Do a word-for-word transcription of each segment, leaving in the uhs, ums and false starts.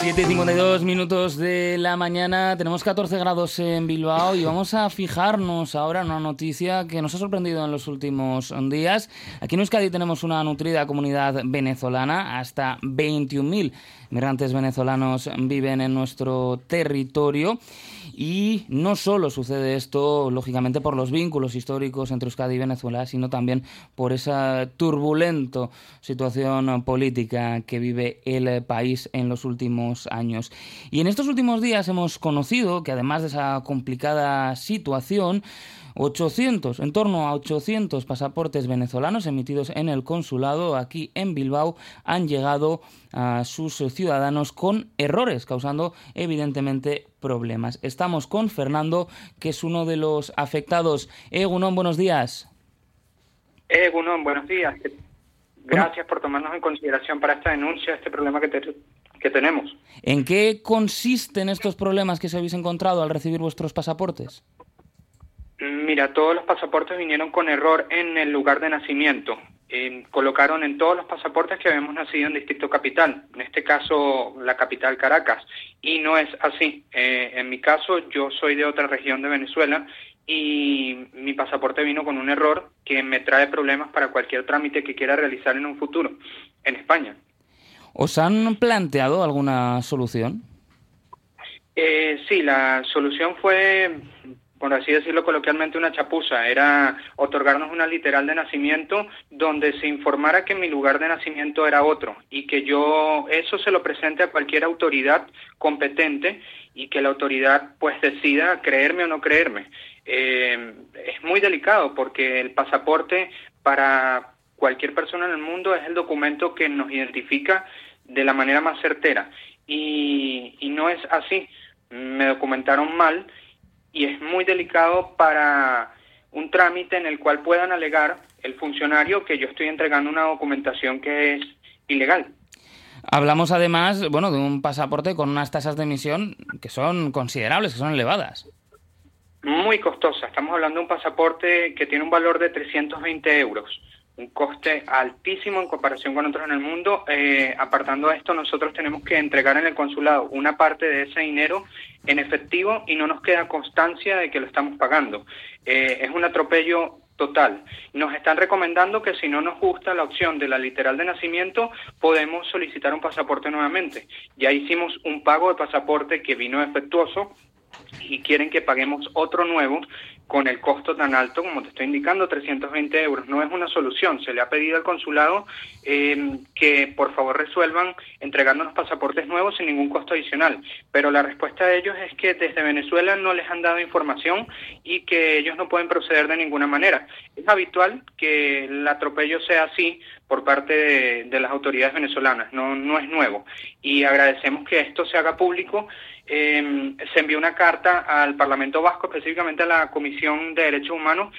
siete y cincuenta y dos minutos de la mañana, tenemos catorce grados en Bilbao y vamos a fijarnos ahora en una noticia que nos ha sorprendido en los últimos días. Aquí en Euskadi tenemos una nutrida comunidad venezolana, hasta veintiún mil migrantes venezolanos viven en nuestro territorio. Y no solo sucede esto, lógicamente, por los vínculos históricos entre Euskadi y Venezuela, sino también por esa turbulenta situación política que vive el país en los últimos años. Y en estos últimos días hemos conocido que, además de esa complicada situación, ochocientos, en torno a ochocientos pasaportes venezolanos emitidos en el consulado aquí en Bilbao han llegado a sus ciudadanos con errores, causando evidentemente problemas. Estamos con Fernando, que es uno de los afectados. Egunon, buenos días. Egunon, buenos días. Gracias bueno. por tomarnos en consideración para esta denuncia, este problema que, te, que tenemos. ¿En qué consisten estos problemas que se habéis encontrado al recibir vuestros pasaportes? Mira, todos los pasaportes vinieron con error en el lugar de nacimiento. Eh, colocaron en todos los pasaportes que habíamos nacido en Distrito Capital, en este caso la capital Caracas, y no es así. Eh, en mi caso, yo soy de otra región de Venezuela y mi pasaporte vino con un error que me trae problemas para cualquier trámite que quiera realizar en un futuro en España. ¿Os han planteado alguna solución? Eh, sí, la solución fue, por así decirlo coloquialmente, una chapuza. Era otorgarnos una literal de nacimiento donde se informara que mi lugar de nacimiento era otro y que yo eso se lo presente a cualquier autoridad competente y que la autoridad pues decida creerme o no creerme. Eh, es muy delicado porque el pasaporte para cualquier persona en el mundo es el documento que nos identifica de la manera más certera y, y no es así. Me documentaron mal y es muy delicado para un trámite en el cual puedan alegar el funcionario que yo estoy entregando una documentación que es ilegal. Hablamos además, bueno, de un pasaporte con unas tasas de emisión que son considerables, que son elevadas. Muy costosa. Estamos hablando de un pasaporte que tiene un valor de trescientos veinte euros. Un coste altísimo en comparación con otros en el mundo. Eh, apartando esto, nosotros tenemos que entregar en el consulado una parte de ese dinero en efectivo y no nos queda constancia de que lo estamos pagando. Eh, es un atropello total. Nos están recomendando que si no nos gusta la opción de la literal de nacimiento, podemos solicitar un pasaporte nuevamente. Ya hicimos un pago de pasaporte que vino defectuoso y quieren que paguemos otro nuevo con el costo tan alto, como te estoy indicando, trescientos veinte euros. No es una solución. Se le ha pedido al consulado eh, que por favor resuelvan entregándonos pasaportes nuevos sin ningún costo adicional. Pero la respuesta de ellos es que desde Venezuela no les han dado información y que ellos no pueden proceder de ninguna manera. Es habitual que el atropello sea así por parte de, de las autoridades venezolanas. No, no es nuevo. Y agradecemos que esto se haga público. Eh, se envió una carta al Parlamento Vasco, específicamente a la Comisión de Derechos Humanos,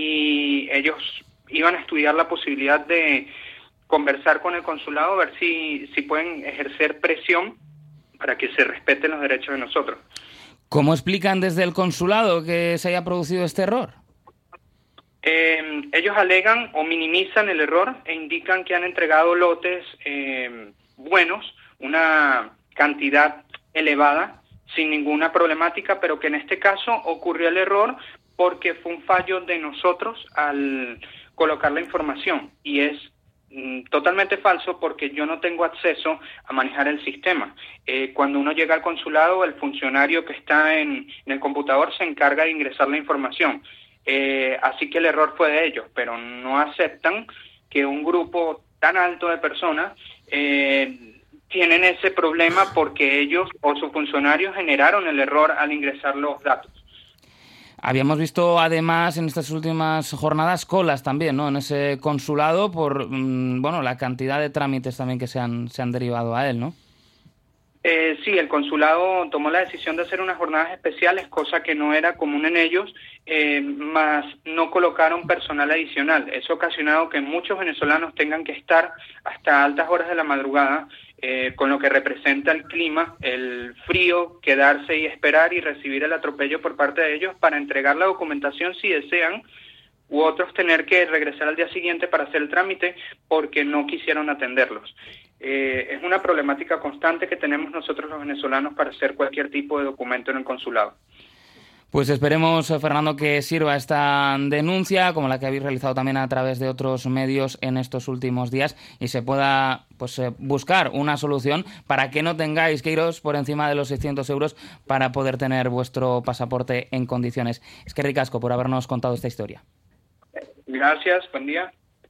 y ellos iban a estudiar la posibilidad de conversar con el consulado, a ver si, si pueden ejercer presión para que se respeten los derechos de nosotros. ¿Cómo explican desde el consulado que se haya producido este error? Eh, ellos alegan o minimizan el error e indican que han entregado lotes eh, buenos, una cantidad elevada, sin ninguna problemática, pero que en este caso ocurrió el error porque fue un fallo de nosotros al colocar la información y es mm, totalmente falso porque yo no tengo acceso a manejar el sistema. Eh, cuando uno llega al consulado, el funcionario que está en, en el computador se encarga de ingresar la información. Eh, así que el error fue de ellos, pero no aceptan que un grupo tan alto de personas eh, tienen ese problema porque ellos o sus funcionarios generaron el error al ingresar los datos. Habíamos visto además en estas últimas jornadas colas también, ¿no?, en ese consulado por mmm, bueno, la cantidad de trámites también que se han, se han derivado a él, ¿no? Eh, sí, el consulado tomó la decisión de hacer unas jornadas especiales, cosa que no era común en ellos, eh, más no colocaron personal adicional. Eso ha ocasionado que muchos venezolanos tengan que estar hasta altas horas de la madrugada, eh, con lo que representa el clima, el frío, quedarse y esperar y recibir el atropello por parte de ellos para entregar la documentación si desean, u otros tener que regresar al día siguiente para hacer el trámite porque no quisieron atenderlos. Eh, es una problemática constante que tenemos nosotros los venezolanos para hacer cualquier tipo de documento en el consulado. Pues esperemos, Fernando, que sirva esta denuncia, como la que habéis realizado también a través de otros medios en estos últimos días, y se pueda pues eh, buscar una solución para que no tengáis que iros por encima de los seiscientos euros para poder tener vuestro pasaporte en condiciones. Es que ricasco por habernos contado esta historia. Gracias, buen día.